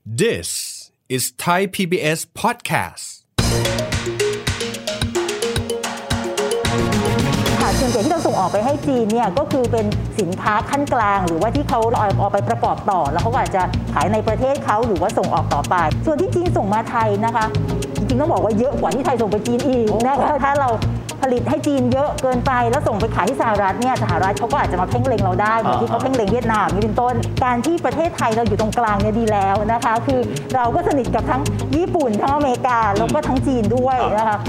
This is Thai PBS podcast. ส่วนใหญ่ที่เราส่งออกไปให้จีนเนี่ยก็คือเป็นสินค้าขั้นกลางหรือว่าที่เขาเอาไปประกอบต่อแล้วเขาก็อาจจะขายในประเทศเขาหรือว่าส่งออกต่อไปส่วนที่จีนส่งมาไทยนะคะจริงๆต้องบอกว่าเยอะกว่าที่ไทยส่งไปจีนอีกนะคะถ้าเราผลิตให้จีนเยอะเกินไปแล้วส่งไปขายที่สหรัฐเนี่ยสหรัฐเขาก็อาจจะมาเพ่งเล็งเราได้เหมือนที่เขาเพ่งเล็งเวียดนามนี่เป็นต้นการที่ประเทศไทยเราอยู่ตรงกลางเนี่ยดีแล้วนะคะคือเราก็สนิทกับทั้งญี่ปุ่นทั้งอเมริกาแล้วก็ทั้งจีนด้วยนะคะ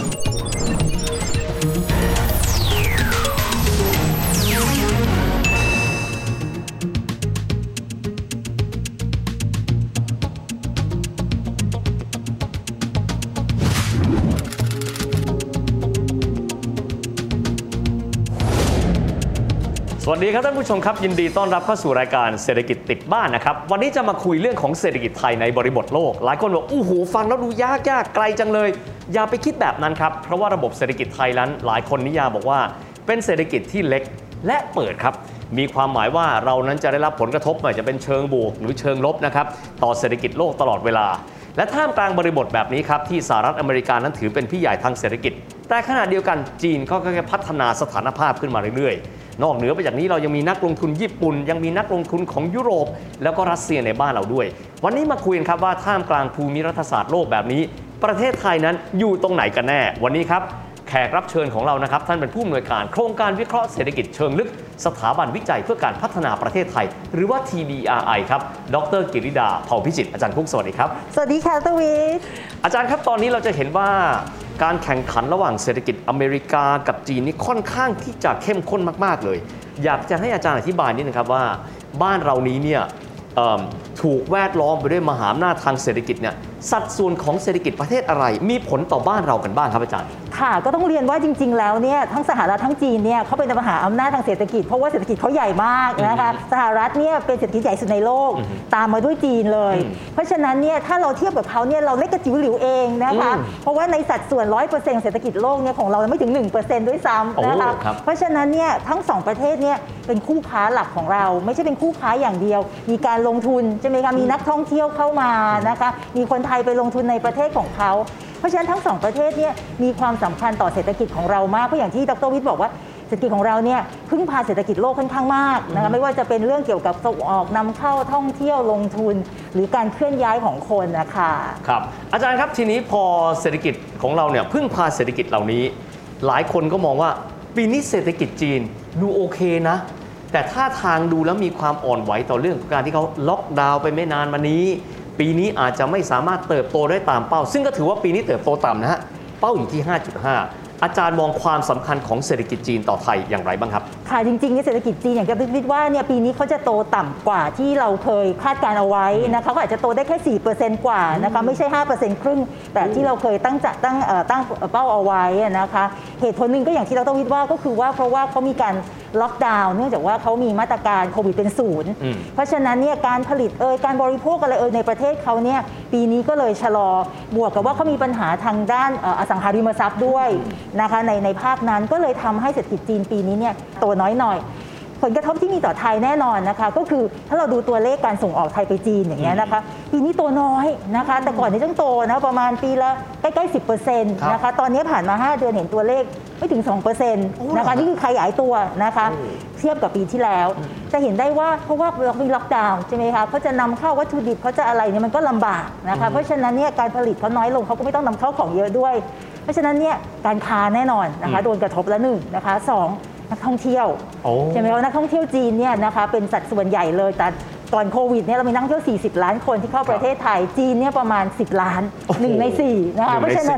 สวัสดีครับท่านผู้ชมครับยินดีต้อนรับเข้าสู่รายการเศรษฐกิจติดบ้านนะครับวันนี้จะมาคุยเรื่องของเศรษฐกิจไทยในบริบทโลกหลายคนบอกอู้หูฟังแล้วดูยากไกลจังเลยอย่าไปคิดแบบนั้นครับเพราะว่าระบบเศรษฐกิจไทยนั้นหลายคนนิยามบอกว่าเป็นเศรษฐกิจที่เล็กและเปิดครับมีความหมายว่าเรานั้นจะได้รับผลกระทบไม่ว่าจะเป็นเชิงบวกหรือเชิงลบนะครับต่อเศรษฐกิจโลกตลอดเวลาและท่ามกลางบริบทแบบนี้ครับที่สหรัฐอเมริกานั้นถือเป็นพี่ใหญ่ทางเศรษฐกิจแต่ขณะเดียวกันจีนก็ค่อยๆพัฒนาสถานภาพขึ้นมาเรื่อยๆนอกเหนือไปจากนี้เรายังมีนักลงทุนญี่ปุ่นยังมีนักลงทุนของยุโรปแล้วก็รัสเซียในบ้านเราด้วยวันนี้มาคุยกันครับว่าท่ามกลางภูมิรัฐศาสตร์โลกแบบนี้ประเทศไทยนั้นอยู่ตรงไหนกันแน่วันนี้ครับแขกรับเชิญของเรานะครับท่านเป็นผู้อำนวยการโครงการวิเคราะห์เศรษฐกิจเชิงลึกสถาบันวิจัยเพื่อการพัฒนาประเทศไทยหรือว่า TBRI ครับดร.กิริดาเผ่าพิจิตรอาจารย์คุกสวัสดีครับสวัสดีค่ะตวิทย์อาจารย์ครับตอนนี้เราจะเห็นว่าการแข่งขันระหว่างเศรษฐกิจอเมริกากับจีนนี่ค่อนข้างที่จะเข้มข้นมากๆเลยอยากจะให้อาจารย์อธิบายนิดนึงครับว่าบ้านเรานี้เนี่ยถูกแวดล้อมไปด้วยมหาอำนาจทางเศรษฐกิจเนี่ยสัดส่วนของเศรษฐกิจประเทศอะไรมีผลต่อบ้านเรากันบ้างครับอาจารย์ค่ะก็ต้องเรียนว่าจริงๆแล้วเนี่ยทั้งสหรัฐทั้งจีนเนี่ยเขาเป็นมหาอำนาจทางเศรษฐกิจเพราะว่าเศรษฐกิจเขาใหญ่มากนะคะสหรัฐเนี่ยเป็นเศรษฐกิจใหญ่สุดในโลกตามมาด้วยจีนเลยเพราะฉะนั้นเนี่ยถ้าเราเทียบกับเขาเนี่ยเราเล็กกระจิ๋วหลิวเองนะคะเพราะว่าในสัดส่วน 100% เศรษฐกิจโลกเนี่ยของเราไม่ถึง 1% ด้วยซ้ำนะคะเพราะฉะนั้นเนี่ยทั้งสองประเทศเนี่ยเป็นคู่ค้าหลักของเราไม่ใช่เป็นคู่ค้าอย่างเดียวมีการลงทุนใช่ไหมคะมีนักท่องเที่ยวเข้ามานะคะมีคนไทยไปลงทุนในประเทศของเขาเพราะฉะนั้นทั้งสองประเทศเนี่ยมีความสำคัญต่อเศรษฐกิจของเรามากเพราะอย่างที่ดร.วิทย์บอกว่าเศรษฐกิจของเราเนี่ยพึ่งพาเศรษฐกิจโลกค่อนข้างมากนะคะไม่ว่าจะเป็นเรื่องเกี่ยวกับส่งออกนำเข้าท่องเที่ยวลงทุนหรือการเคลื่อนย้ายของคนนะคะครับอาจารย์ครับทีนี้พอเศรษฐกิจของเราเนี่ยพึ่งพาเศรษฐกิจเหล่านี้หลายคนก็มองว่าปีนี้เศรษฐกิจจีนดูโอเคนะแต่ท่าทางดูแล้วมีความอ่อนไหวต่อเรื่องของการที่เขาล็อกดาวน์ไปไม่นานมานี้ปีนี้อาจจะไม่สามารถเติบโตได้ตามเป้าซึ่งก็ถือว่าปีนี้เติบโตต่ำนะฮะเป้าอยู่ที่ 5.5 อาจารย์มองความสำคัญของเศรษฐกิจจีนต่อไทยอย่างไรบ้างครับค่ะจริงๆในเศรษฐกิจจีนอย่างที่คิดว่าเนี่ยปีนี้เขาจะโตต่ำกว่าที่เราเคยคาดการเอาไว้นะคะเขาอาจจะโตได้แค่ 4% กว่านะคะไม่ใช่ 5% ครึ่งแต่ที่เราเคยตั้งเป้าเอาไว้นะคะเหตุผลหนึ่งก็อย่างที่เราต้องวิดว่าก็คือว่าเพราะว่าเขามีการล็อกดาวน์เนื่องจากว่าเขามีมาตรการโควิดเป็นศูนย์เพราะฉะนั้นเนี่ยการผลิตการบริโภคอะไรในประเทศเขาเนี่ยปีนี้ก็เลยชะลอบวกกับว่าเขามีปัญหาทางด้านอสังหาริมทรัพย์ด้วยนะคะในภาคนั้นก็เลยทำให้เศรษฐกิจจีนปีนี้เนี่ยโตน้อยหน่อยผลกระทบที่มีต่อไทยแน่นอนนะคะก็คือถ้าเราดูตัวเลขการส่งออกไทยไปจีนอย่างเงี้ยนะคะปีนี้โตน้อยนะคะแต่ก่อนนี้ต้องโตนะประมาณปีละใกล้ๆ 10% นะคะตอนนี้ผ่านมา5เดือนเห็นตัวเลขไม่ถึง 2% นะคะนี่คือขยายตัวนะคะเทียบกับปีที่แล้วจะเห็นได้ว่าเพราะว่าเรามีล็อกดาวน์ใช่ไหมคะเขาจะนำเข้าวัตถุดิบเขาจะอะไรเนี่ยมันก็ลำบากนะคะเพราะฉะนั้นเนี่ยการผลิตเขาน้อยลงเขาก็ไม่ต้องนำเข้าของเยอะด้วยเพราะฉะนั้นเนี่ยการค้าแน่นอนนะคะโดนกระทบละ1นะคะ2นักท่องเที่ยวใช่ไหมว่านักท่องเที่ยวจีนเนี่ยนะคะเป็นสัดส่วนใหญ่เลยแต่ก่อนโควิดเนี่ยเรามีนักท่องเที่ยว40 ล้านคนที่เข้าประเทศไทยจีนเนี่ยประมาณ10 ล้าน1 ใน 4นะคะเพราะฉะนั้น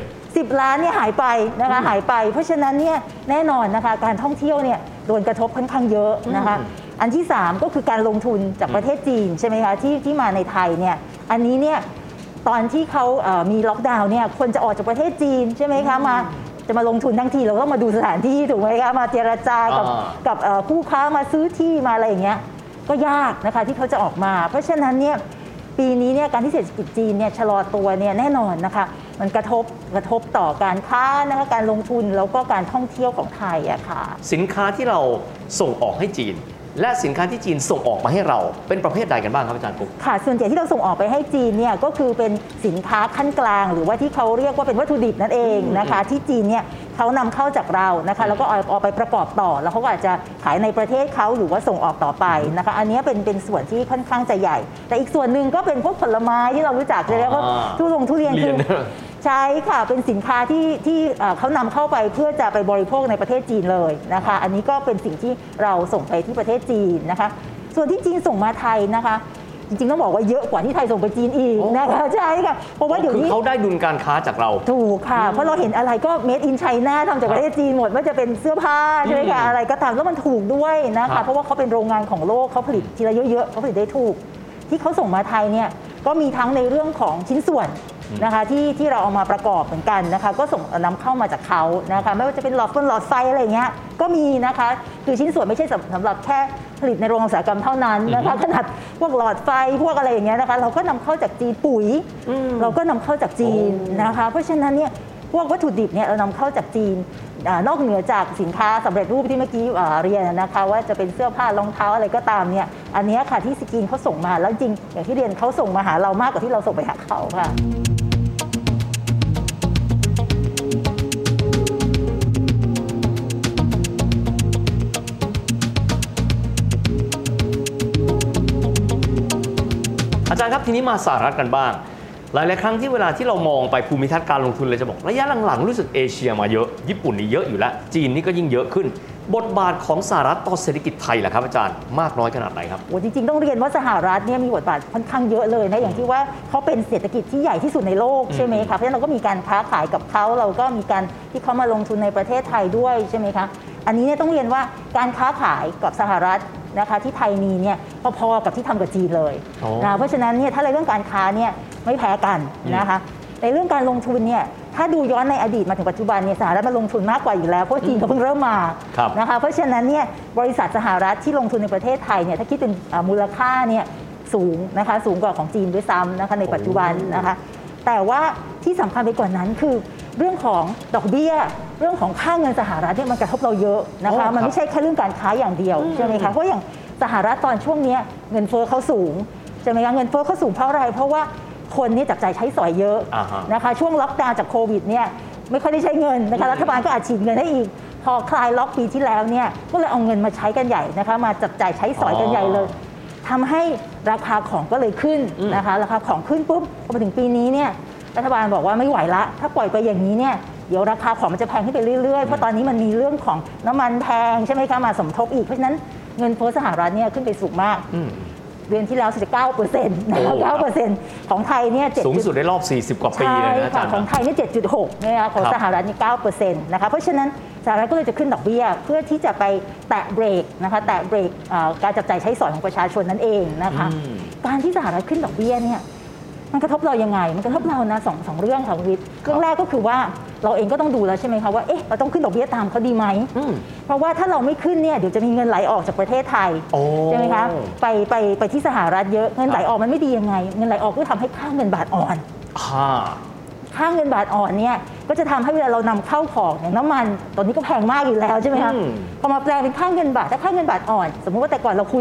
10 ล้านเนี่ยหายไปนะคะหายไปเพราะฉะนั้นเนี่ยแน่นอนนะคะการท่องเที่ยวเนี่ยโดนกระทบค่อนข้างเยอะนะคะอันที่3ก็คือการลงทุนจากประเทศจีนใช่ไหมคะที่มาในไทยเนี่ยอันนี้เนี่ยตอนที่เขามีล็อกดาวน์เนี่ยคนจะออกจากประเทศจีนใช่ไหมคะจะมาลงทุนทั้งทีเราต้องมาดูสถานที่ถูกไหมคะมาเจรจากับผู้ค้ามาซื้อที่มาอะไรอย่างเงี้ยก็ยากนะคะที่เขาจะออกมาเพราะฉะนั้นเนี่ยปีนี้เนี่ยการที่เศรษฐกิจจีนเนี่ยชะลอตัวเนี่ยแน่นอนนะคะมันกระทบต่อการค้านะคะการลงทุนแล้วก็การท่องเที่ยวของไทยอะค่ะสินค้าที่เราส่งออกให้จีนและสินค้าที่จีนส่งออกมาให้เราเป็นประเภทใดกันบ้างครับอาจารย์ปุ๊กค่ะส่วนใหญ่ที่เราส่งออกไปให้จีนเนี่ยก็คือเป็นสินค้าขั้นกลางหรือว่าที่เขาเรียกว่าเป็นวัตถุดิบนั่นเองนะคะที่จีนเนี่ยเขานำเข้าจากเรานะคะแล้วก็เอาไปประกอบต่อแล้วเขาก็อาจจะขายในประเทศเขาหรือว่าส่งออกต่อไปนะคะอันนี้เป็นส่วนที่ค่อนข้างจะใหญ่แต่อีกส่วนหนึ่งก็เป็นพวกผลไม้ที่เรารู้จักเลยแล้วก็ทุเรียนคือใช่ค่ะเป็นสินค้าที่เขานำเข้าไปเพื่อจะไปบริโภคในประเทศจีนเลยนะคะอันนี้ก็เป็นสิ่งที่เราส่งไปที่ประเทศจีนนะคะส่วนที่จีนส่งมาไทยนะคะจริงๆต้องบอกว่าเยอะกว่าที่ไทยส่งไปจีนอีกนะคะใช่ค่ะเพราะว่าเดี๋ยวนี้เขาได้ดุลการค้าจากเราถูกค่ะเพราะเราเห็นอะไรก็ made in China ทำจากประเทศจีนหมดว่าจะเป็นเสื้อผ้าใช่ไหมคะอะไรก็ตามแล้วมันถูกด้วยนะคะเพราะว่าเขาเป็นโรงงานของโลกเขาผลิตทีละเยอะๆเขาผลิตได้ถูกที่เขาส่งมาไทยเนี่ยก็มีทั้งในเรื่องของชิ้นส่วนนะคะที่เราเอามาประกอบเหมือนกันนะคะก็ส่งนำเข้ามาจากเขานะคะไม่ว่าจะเป็นหลอดไฟอะไรเงี้ยก็มีนะคะคือชิ้นส่วนไม่ใช่สำหรับแค่ผลิตในโรงอุตสาหกรรมเท่านั้นนะคะขนาดพวกหลอดไฟพวกอะไรอย่างเงี้ยนะคะเราก็นำเข้าจากจีนปุ๋ยเราก็นำเข้าจากจีนนะคะเพราะฉะนั้นเนี่ยพวกวัตถุดิบเนี่ยเรานำเข้าจากจีนนอกเหนือจากสินค้าสำเร็จรูปที่เมื่อกี้เรียนนะคะว่าจะเป็นเสื้อผ้ารองเท้าอะไรก็ตามเนี่ยอันนี้ค่ะที่สกรีนเขาส่งมาแล้วจริงอย่างที่เรียนเขาส่งมาหาเรามากกว่าที่เราส่งไปหาเขาค่ะอาจารย์ครับทีนี้มาสหรัฐกันบ้างหลายๆครั้งที่เวลาที่เรามองไปภูมิทัศน์การลงทุนเลยจะบอกระยะหลังๆรู้สึกเอเชียมาเยอะญี่ปุ่นนี่เยอะอยู่แล้วจีนนี่ก็ยิ่งเยอะขึ้นบทบาทของสหรัฐต่อเศรษฐกิจไทยล่ะครับอาจารย์มากน้อยขนาดไหนครับโอ้จริงๆต้องเรียนว่าสหรัฐเนี่ยมีบทบาทค่อนข้างเยอะเลยนะอย่างที่ว่าเขาเป็นเศรษฐกิจที่ใหญ่ที่สุดในโลกใช่ไหมคะเพราะฉะนั้นเราก็มีการค้าขายกับเขาเราก็มีการที่เขามาลงทุนในประเทศไทยด้วยใช่ไหมคะอันนี้เนี่ยต้องเรียนว่าการค้าขายกับสหรัฐนะคะที่ไทยมีเนี่ยพอๆกับที่ทำกับจีนเลยนะเพราะฉะนั้นเนี่ยถ้าในเรื่องการค้าเนี่ยไม่แพ้กันนะคะในเรื่องการลงทุนเนี่ยถ้าดูย้อนในอดีตมาถึงปัจจุบันเนี่ยสหรัฐมาลงทุนมากกว่าอยู่แล้วเพราะจีนเขาเพิ่งเริ่มมานะคะเพราะฉะนั้นเนี่ยบริษัทสหรัฐที่ลงทุนในประเทศไทยเนี่ยถ้าคิดเป็นมูลค่าเนี่ยสูงนะคะสูงกว่าของจีนด้วยซ้ำนะคะในปัจจุบันนะคะแต่ว่าที่สำคัญไปกว่านั้นคือเรื่องของดอกเบี้ยเรื่องของค่าเงินสหรัฐเนี่ยมันกระทบเราเยอะนะคะมันไม่ใช่แค่เรื่องการค้าอย่างเดียวใช่ไหมคะเพราะอย่างสหรัฐตอนช่วงนี้เงินเฟ้อเขาสูงใช่ไหมคะเงินเฟ้อเขาสูงเพราะอะไรเพราะว่าคนนี่จับจ่ายใช้สอยเยอะนะคะช่วงล็อกดาวน์จากโควิดเนี่ยไม่ค่อยได้ใช้เงินนะคะรัฐบาลก็อาจฉีดเงินให้อีกพอคลายล็อกปีที่แล้วเนี่ยก็เลยเอาเงินมาใช้กันใหญ่นะคะมาจับจ่ายใช้สอยกันใหญ่เลยทำให้ราคาของก็เลยขึ้นนะคะราคาของขึ้นปุ๊บพอมาถึงปีนี้เนี่ยรัฐบาลบอกว่าไม่ไหวละถ้าปล่อยไปอย่างนี้เนี่ยเดี๋ยวราคาของมันจะแพงขึ้นไปเรื่อยๆเพราะตอนนี้มันมีเรื่องของน้ำมันแพงใช่ไหมคะมาสมทบอีกเพราะฉะนั้นเงินเฟ้อสหรัฐเนี่ยขึ้นไปสูงมากเดือนที่แล้ว9%นะคะ9%ของไทยเนี่ยสูงสุดในรอบ40กว่าปีเลยนะอาจารย์ของไทยเนี่ย 7.6 นะคะของสหรัฐนี่9%นะคะเพราะฉะนั้นสหรัฐก็เลยจะขึ้นดอกเบี้ยเพื่อที่จะไปแตะเบรกนะคะแตะเบรกการจับจ่ายใช้สอยของประชาชนนั่นเองนะคะการที่สหรัฐขึ้นดอกเบี้ยเนี่ยมันกระทบเรายังไงมันกระทบเรานะสองเรื่องค่ะวิทย์เรื่องแรกก็คือว่าเราเองก็ต้องดูแล้วใช่ไหมคะว่าเราต้องขึ้นดอกเบี้ยตามเขาดีไหมเพราะว่าถ้าเราไม่ขึ้นเนี่ยเดี๋ยวจะมีเงินไหลออกจากประเทศไทยใช่ไหมคะไปที่สหรัฐเยอะเงินไหลออกมันไม่ดียังไงเงินไหลออกก็ทำให้ค่าเงินบาทอ่อนค่าเงินบาทอ่อนเนี่ยก็จะทำให้เวลาเรานำเข้าของอย่างน้ำมันตอนนี้ก็แพงมากอยู่แล้วใช่ไหมคะพอมาแปลเป็นค่าเงินบาทถ้าค่าเงินบาทอ่อนสมมุติว่าแต่ก่อนเราคูณ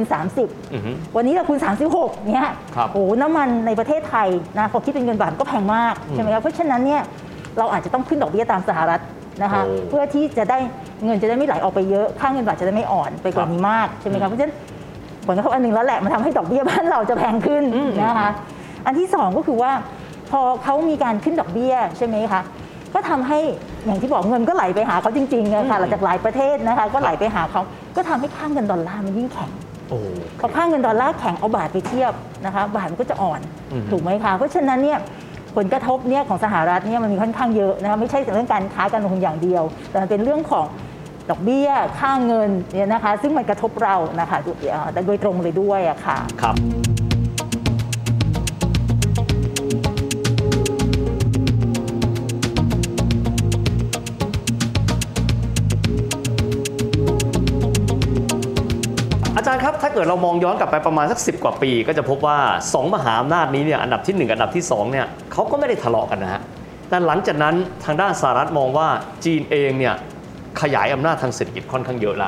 30วันนี้เราคูณ36เนี่ยโอ้น้ำมันในประเทศไทยนะพอคิดเป็นเงินบาทก็แพงมากใช่ไหมคะเพราะฉะนั้นเนี่ยเราอาจจะต้องขึ้นดอกเบี้ยตามสหรัฐนะคะเพื่อที่จะได้เงินจะได้ไม่ไหลออกไปเยอะค่าเงินบาทจะได้ไม่อ่อนไปกว่านี้มากใช่ไหมคะเพราะฉะนั้นผลกระทบอันนึงแล้วแหละมันทำให้ดอกเบี้ยบ้านเราจะแพงขึ้นนะคะอันที่2ก็คือว่าพอเขามีการขึ้นดอกเบี้ยใช่ไหมคะก็ทำให้อย่างที่บอกเงินก็ไหลไปหาเขาจริงๆนะคะหลังจากหลายประเทศนะคะก็ไหลไปหาเขาก็ทำให้ค่าเงินดอลลาร์มันยิ่งแข็งพอค่าเงินดอลลาร์แข็งเอาบาทไปเทียบนะคะบาทมันก็จะอ่อนถูกไหมคะเพราะฉะนั้นเนี่ยผลกระทบเนี่ยของสหรัฐเนี่ยมันมีค่อนข้างเยอะนะคะไม่ใช่แต่เรื่องการค้าการลงทุนอย่างเดียวแต่เป็นเรื่องของดอกเบี้ยค่าเงินเนี่ยนะคะซึ่งมันกระทบเรานะคะโดยตรงเลยด้วยอะค่ะครับอาจารย์ครับถ้าเกิดเรามองย้อนกลับไปประมาณสัก10 กว่าปีก็จะพบว่า2มหาอำนาจนี้เนี่ยอันดับที่1อันดับที่2เนี่ยเขาก็ไม่ได้ทะเลาะกันนะฮะแต่หลังจากนั้นทางด้านสหรัฐมองว่าจีนเองเนี่ยขยายอำนาจทางเศรษฐกิจค่อนข้างเยอะละ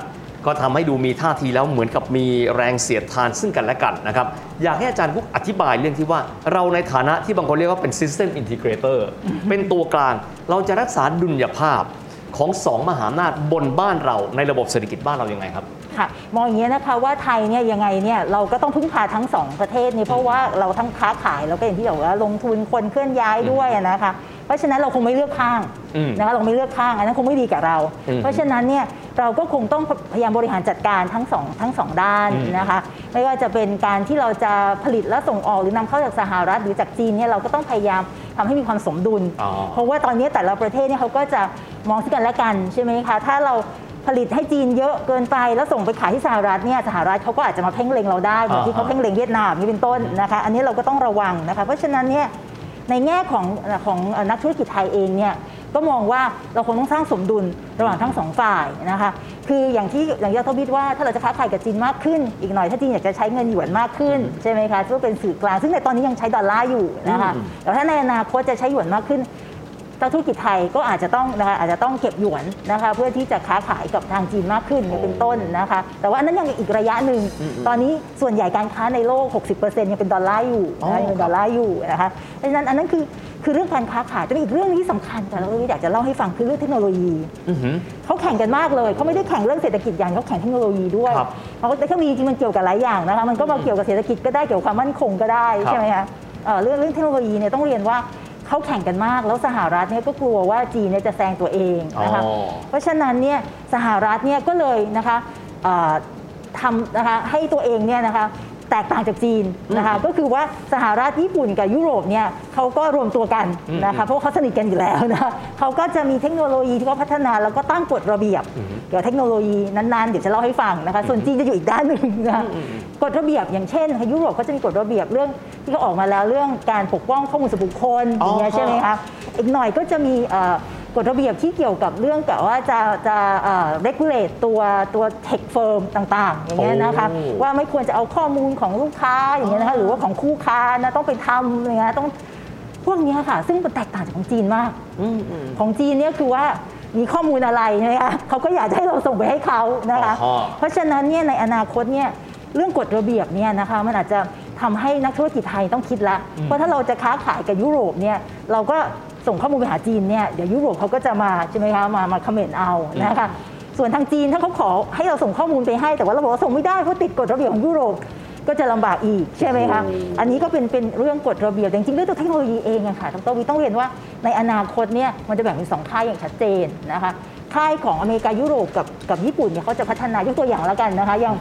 ก็ทำให้ดูมีท่าทีแล้วเหมือนกับมีแรงเสียดทานซึ่งกันและกันนะครับอยากให้อาจารย์กุ๊กอธิบายเรื่องที่ว่าเราในฐานะที่บางคนเรียกว่าเป็น System Integrator เป็นตัวกลางเราจะรักษาดุลยภาพของ2มหาอำนาจบนบ้านเราในระบบเศรษฐกิจบ้านเรายังไงครับค่ะมองอย่างนี้นะคะว่าไทยเนี่ยยังไงเนี่ยเราก็ต้องพึ่งพาทั้ง2ประเทศนี้เพราะว่าเราทั้งค้าขายแล้วก็อย่างที่บอกว่าลงทุนคนเคลื่อนย้ายด้วยนะคะเพราะฉะนั้นเราคงไม่เลือกข้างนะคะเราไม่เลือกข้างอันนั้นคงไม่ดีกับเราเพราะฉะนั้นเนี่ยเราก็คงต้องพยายามบริหารจัดการทั้งสองด้านนะคะไม่ว่าจะเป็นการที่เราจะผลิตและส่งออกหรือนำเข้าจากสหรัฐหรือจากจีนเนี่ยเราก็ต้องพยายามทำให้มีความสมดุลเพราะว่าตอนนี้แต่ละประเทศเนี่ยเขาก็จะมองซึ่งกันและกันใช่ไหมคะถ้าเราผลิตให้จีนเยอะเกินไปแล้วส่งไปขายที่สหรัฐเนี่ยสหรัฐเขาก็อาจจะมาเพ่งเล็งเราได้เหมือนที่เขาเพ่งเล็งเวียดนามนี่เป็นต้นนะคะอันนี้เราก็ต้องระวังนะคะเพราะฉะนั้นเนี่ยในแง่ของนักธุรกิจไทยเองเนี่ยก็มองว่าเราคงต้องสร้างสมดุลระหว่างทั้ง2ฝ่ายนะคะคืออย่างที่ทวิตว่าถ้าเราจะค้าขายกับจีนมากขึ้นอีกหน่อยถ้าจีนอยากจะใช้เงินหยวนมากขึ้นใช่ไหมคะก็เป็นสื่อกลางซึ่งในตอนนี้ยังใช้ดอลลาร์อยู่นะคะแต่ถ้าในอนาคตจะใช้หยวนมากขึ้นธุรกิจไทยก็อาจจะต้องเก็บหยวนนะคะเพื่อที่จะค้าขายกับทางจีนมากขึ้นเป็นต้นนะคะแต่ว่าอันนั้นยังอีกระยะหนึ่งตอนนี้ส่วนใหญ่การค้าในโลก 60% ยังเป็นดอลลาร์อยู่ยังเป็นดอลลาร์อยู่นะคะเพราะฉะนั้นอันนั้นคือเรื่องการค้าขายจะมีอีกเรื่องที่สำคัญแต่เราอยากจะเล่าให้ฟังคือเรื่องเทคโนโลยีเขาแข่งกันมากเลยเขาไม่ได้แข่งเรื่องเศรษฐกิจอย่างเขาแข่งเทคโนโลยีด้วยเพราะเทคโนโลยีจริงมันเกี่ยวกับหลายอย่างนะคะมันก็มาเกี่ยวกับเศรษฐกิจก็ได้เกี่ยวกับความมั่นคงก็ได้ใช่ไหมคะเรื่องเทคโนโลยีเนี่ยต้องเรียนว่าเขาแข่งกันมากแล้วสหรัฐเนี่ยก็กลัวว่าจีนเนี่ยจะแซงตัวเองนะคะเพราะฉะนั้นเนี่ยสหรัฐเนี่ยก็เลยนะคะทำนะคะให้ตัวเองเนี่ยนะคะแตกต่างจากจีนนะคะก็คือว่าสหรัฐญี่ปุ่นกับยุโรปเนี่ยเขาก็รวมตัวกันนะคะเพราะเขาสนิทกันอยู่แล้วนะเขาก็จะมีเทคโนโลยีที่เขาพัฒนาแล้วก็ตั้งกฎระเบียบเกี่ยวกับเทคโนโลยีนั้นๆเดี๋ยวจะเล่าให้ฟังนะคะส่วนจีนจะอยู่อีกด้านหนึ่งนะกฎระเบียบอย่างเช่นยุโรปเขาจะมีกฎระเบียบเรื่องที่เขาออกมาแล้วเรื่องการปกป้องข้อมูลส่วนบุคคลอย่างเงี้ยใช่ไหมคะอีกหน่อยก็จะมีกฎระเบียบที่เกี่ยวกับเรื่องกับว่าจะ regulate ตัว tech firm ต่างๆอย่างเงี้ยนะคะว่าไม่ควรจะเอาข้อมูลของลูกค้าอย่างเงี้ยนะคะหรือว่าของคู่ค้านะต้องไปทำอะไรเงี้ยต้องพวกนี้ค่ะซึ่งมันแตกต่างจากของจีนมากของจีนเนี่ยคือว่ามีข้อมูลอะไรใช่ไหมคะเขาก็อยากให้เราส่งไปให้เขานะคะเพราะฉะนั้นเนี่ยในอนาคตเนี่ยเรื่องกฎระเบียบเนี่ยนะคะมันอาจจะทำให้นักธุรกิจไทยต้องคิดละเพราะถ้าเราจะค้าขายกับยุโรปเนี่ยเราก็ส่งข้อมูลไปหาจีนเนี่ยเดี๋ยวยุโรปเขาก็จะมาใช่ไหมคะมาคอมเมนต์เอานะคะส่วนทางจีนถ้าเขาขอให้เราส่งข้อมูลไปให้แต่ว่าเราบอกว่าส่งไม่ได้เพราะติดกฎระเบียบของยุโรปก็จะลำบากอีกใช่ไหมคะอันนี้ก็เป็นเรื่องกฎระเบียบจริงๆเรื่องตัวเทคโนโลยีเองอะค่ะดร.วีต้องเรียนว่าในอนาคตเนี่ยมันจะแบ่งเป็น2ค่ายอย่างชัดเจนนะคะค่ายของอเมริกายุโรปกับญี่ปุ่นเนี่ยเขาจะพัฒนายกตัวอย่างแล้วกันนะคะอย่าง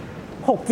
6G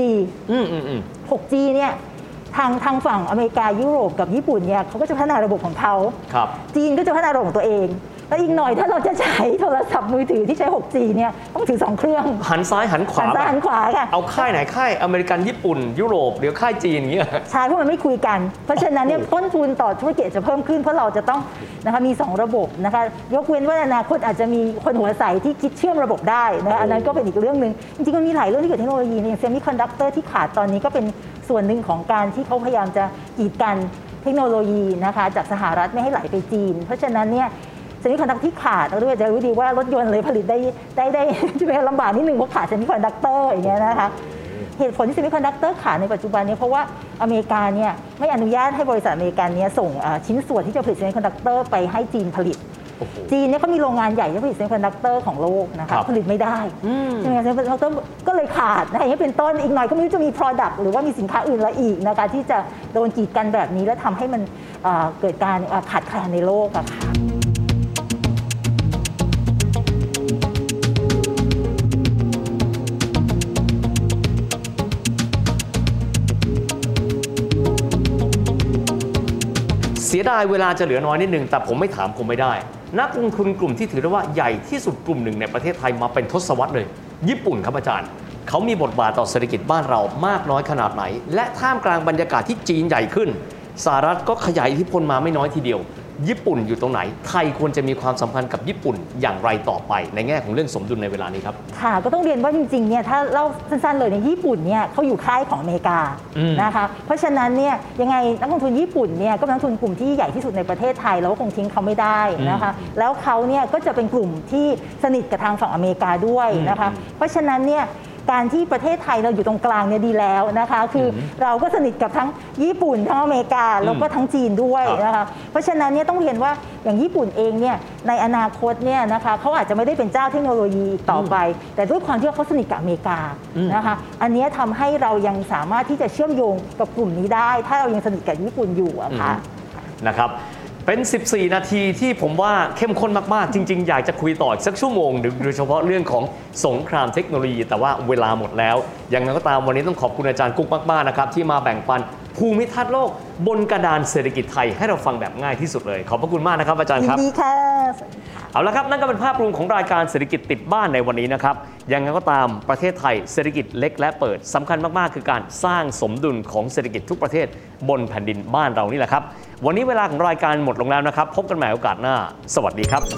6G เนี่ยทางฝั่งอเมริกายุโรปกับญี่ปุ่นเนี่ยเขาก็จะพัฒนาระบบของเขาจีนก็จะพัฒนาระบบของตัวเองแล้วอีกหน่อยถ้าเราจะใช้โทรศัพท์มือถือที่ใช้ 6G เนี่ยต้องถือ2เครื่องหันซ้ายหันขวาค่ะเอาค่ายไหนค่ายอเมริกันญี่ปุ่นยุโรปหรือค่ายจีนอย่างเงี้ยใช่เพราะมันไม่คุยกันเพราะฉะนั้นเนี่ยต้นทุนต่อธุรกิจจะเพิ่มขึ้นเพราะเราจะต้องนะคะมี2ระบบนะคะยกเว้นว่าอนาคตอาจจะมีคนหัวใสที่คิดเชื่อมระบบได้นะอันนั้นก็เป็นอีกเรื่องนึงจริงๆมันมีหลายเรื่องที่เกี่ยวกับเทคโนโลยีอย่างเซมิคอนดักเตอร์ที่ขาดตอนนี้ก็เป็นส่วนหนึ่งของการที่เขาพยายามจะกีดกันเทคโนโลยีนะคะจากสหรัฐไม่ให้ไหลไปจีนเพราะฉะนั้นเนี่ยเซมิคอนดักเตอร์ที่ขาดเราด้วยจะรู้ดีว่ารถยนต์เลยผลิตได้จะเป็นลำบากนิดนึงเพราะขาดเซมิคอนดักเตอร์อย่างเงี้ยนะคะเหตุผลที่เซมิคอนดักเตอร์ขาดในปัจจุบันนี้เพราะว่าอเมริกาเนี่ยไม่อนุญาตให้บริษัทอเมริกันเนี่ยส่งชิ้นส่วนที่จะผลิตเซมิคอนดักเตอร์ไปให้จีนผลิตจีนเนี่ยเขามีโรงงานใหญ่ที่ผลิตเซมิคอนดักเตอร์ของโลกนะคะผลิตไม่ได้ใช่ไหมเซมิคอนดักเตอร์ก็เลยขาดอย่างนี้เป็นต้นอีกหน่อยก็ไม่รู้จะมี product หรือว่ามีสินค้าอื่นละอีกนะคะที่จะโดนกีดกันแบบนี้และทำให้มันเกิดการขาดแคลนในโลกอะค่ะเสียดายเวลาจะเหลือน้อยนิดนึงแต่ผมไม่ถามคงไม่ได้นักลงทุนกลุ่มที่ถือได้ว่าใหญ่ที่สุดกลุ่มหนึ่งในประเทศไทยมาเป็นทศวรรษเลยญี่ปุ่นครับอาจารย์เขามีบทบาทต่อเศรษฐกิจบ้านเรามากน้อยขนาดไหนและท่ามกลางบรรยากาศที่จีนใหญ่ขึ้นสหรัฐก็ขยายอิทธิพลมาไม่น้อยทีเดียวญี่ปุ่นอยู่ตรงไหนไทยควรจะมีความสัมพันธ์กับญี่ปุ่นอย่างไรต่อไปในแง่ของเรื่องสมดุลในเวลานี้ครับค่ะก็ต้องเรียนว่าจริงๆเนี่ยถ้าเล่าสั้นๆเลยในญี่ปุ่นเนี่ยเขาอยู่ค่ายของอเมริกานะคะเพราะฉะนั้นเนี่ยยังไงนักลงทุนญี่ปุ่นเนี่ยก็เป็นนักลงทุนกลุ่มที่ใหญ่ที่สุดในประเทศไทยเราก็คงทิ้งเขาไม่ได้นะคะแล้วเขาเนี่ยก็จะเป็นกลุ่มที่สนิทกับทางฝั่งอเมริกาด้วยนะคะเพราะฉะนั้นเนี่ยการที่ประเทศไทยเราอยู่ตรงกลางเนี่ยดีแล้วนะคะคือเราก็สนิทกับทั้งญี่ปุ่นทั้งอเมริกาแล้วก็ทั้งจีนด้วยนะคะเพราะฉะนั้นเนี่ยต้องเรียนว่าอย่างญี่ปุ่นเองเนี่ยในอนาคตเนี่ยนะคะเขาอาจจะไม่ได้เป็นเจ้าเทคโนโลยีต่อไปแต่ด้วยความที่เขาสนิทกับอเมริกานะคะอันนี้ทำให้เรายังสามารถที่จะเชื่อมโยงกับกลุ่มนี้ได้ถ้าเรายังสนิทกับญี่ปุ่นอยู่อะค่ะนะครับเป็น14นาทีที่ผมว่าเข้มข้นมากๆจริงๆอยากจะคุยต่ออีกสักชั่วโมงโดยเฉพาะเรื่องของสงครามเทคโนโลยีแต่ว่าเวลาหมดแล้วอย่างไรก็ตามวันนี้ต้องขอบคุณอาจารย์กุ๊กมากๆนะครับที่มาแบ่งปันภูมิทัศน์โลกบนกระดานเศรษฐกิจไทยให้เราฟังแบบง่ายที่สุดเลยขอบพระคุณมากนะครับอาจารย์ครับยินดีค่ะเอาละครับนั่นก็เป็นภาพรวมของรายการเศรษฐกิจติดบ้านในวันนี้นะครับยังไงก็ตามประเทศไทยเศรษฐกิจเล็กและเปิดสำคัญมากๆคือการสร้างสมดุลของเศรษฐกิจทุกประเทศบนแผ่นดินบ้านเรานี่แหละครับวันนี้เวลาของรายการหมดลงแล้วนะครับพบกันใหม่โอกาสหน้าสวัสดีครับ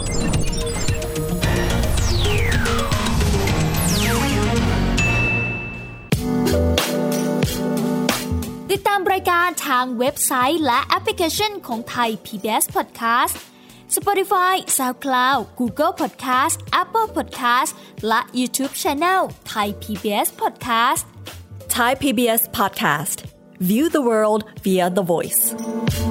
ติดตามรายการทางเว็บไซต์และแอปพลิเคชันของไทย PBS Podcast Spotify, SoundCloud, Google Podcast, Apple Podcast และ YouTube Channel Thai PBS Podcast Thai PBS Podcast View the world via the voice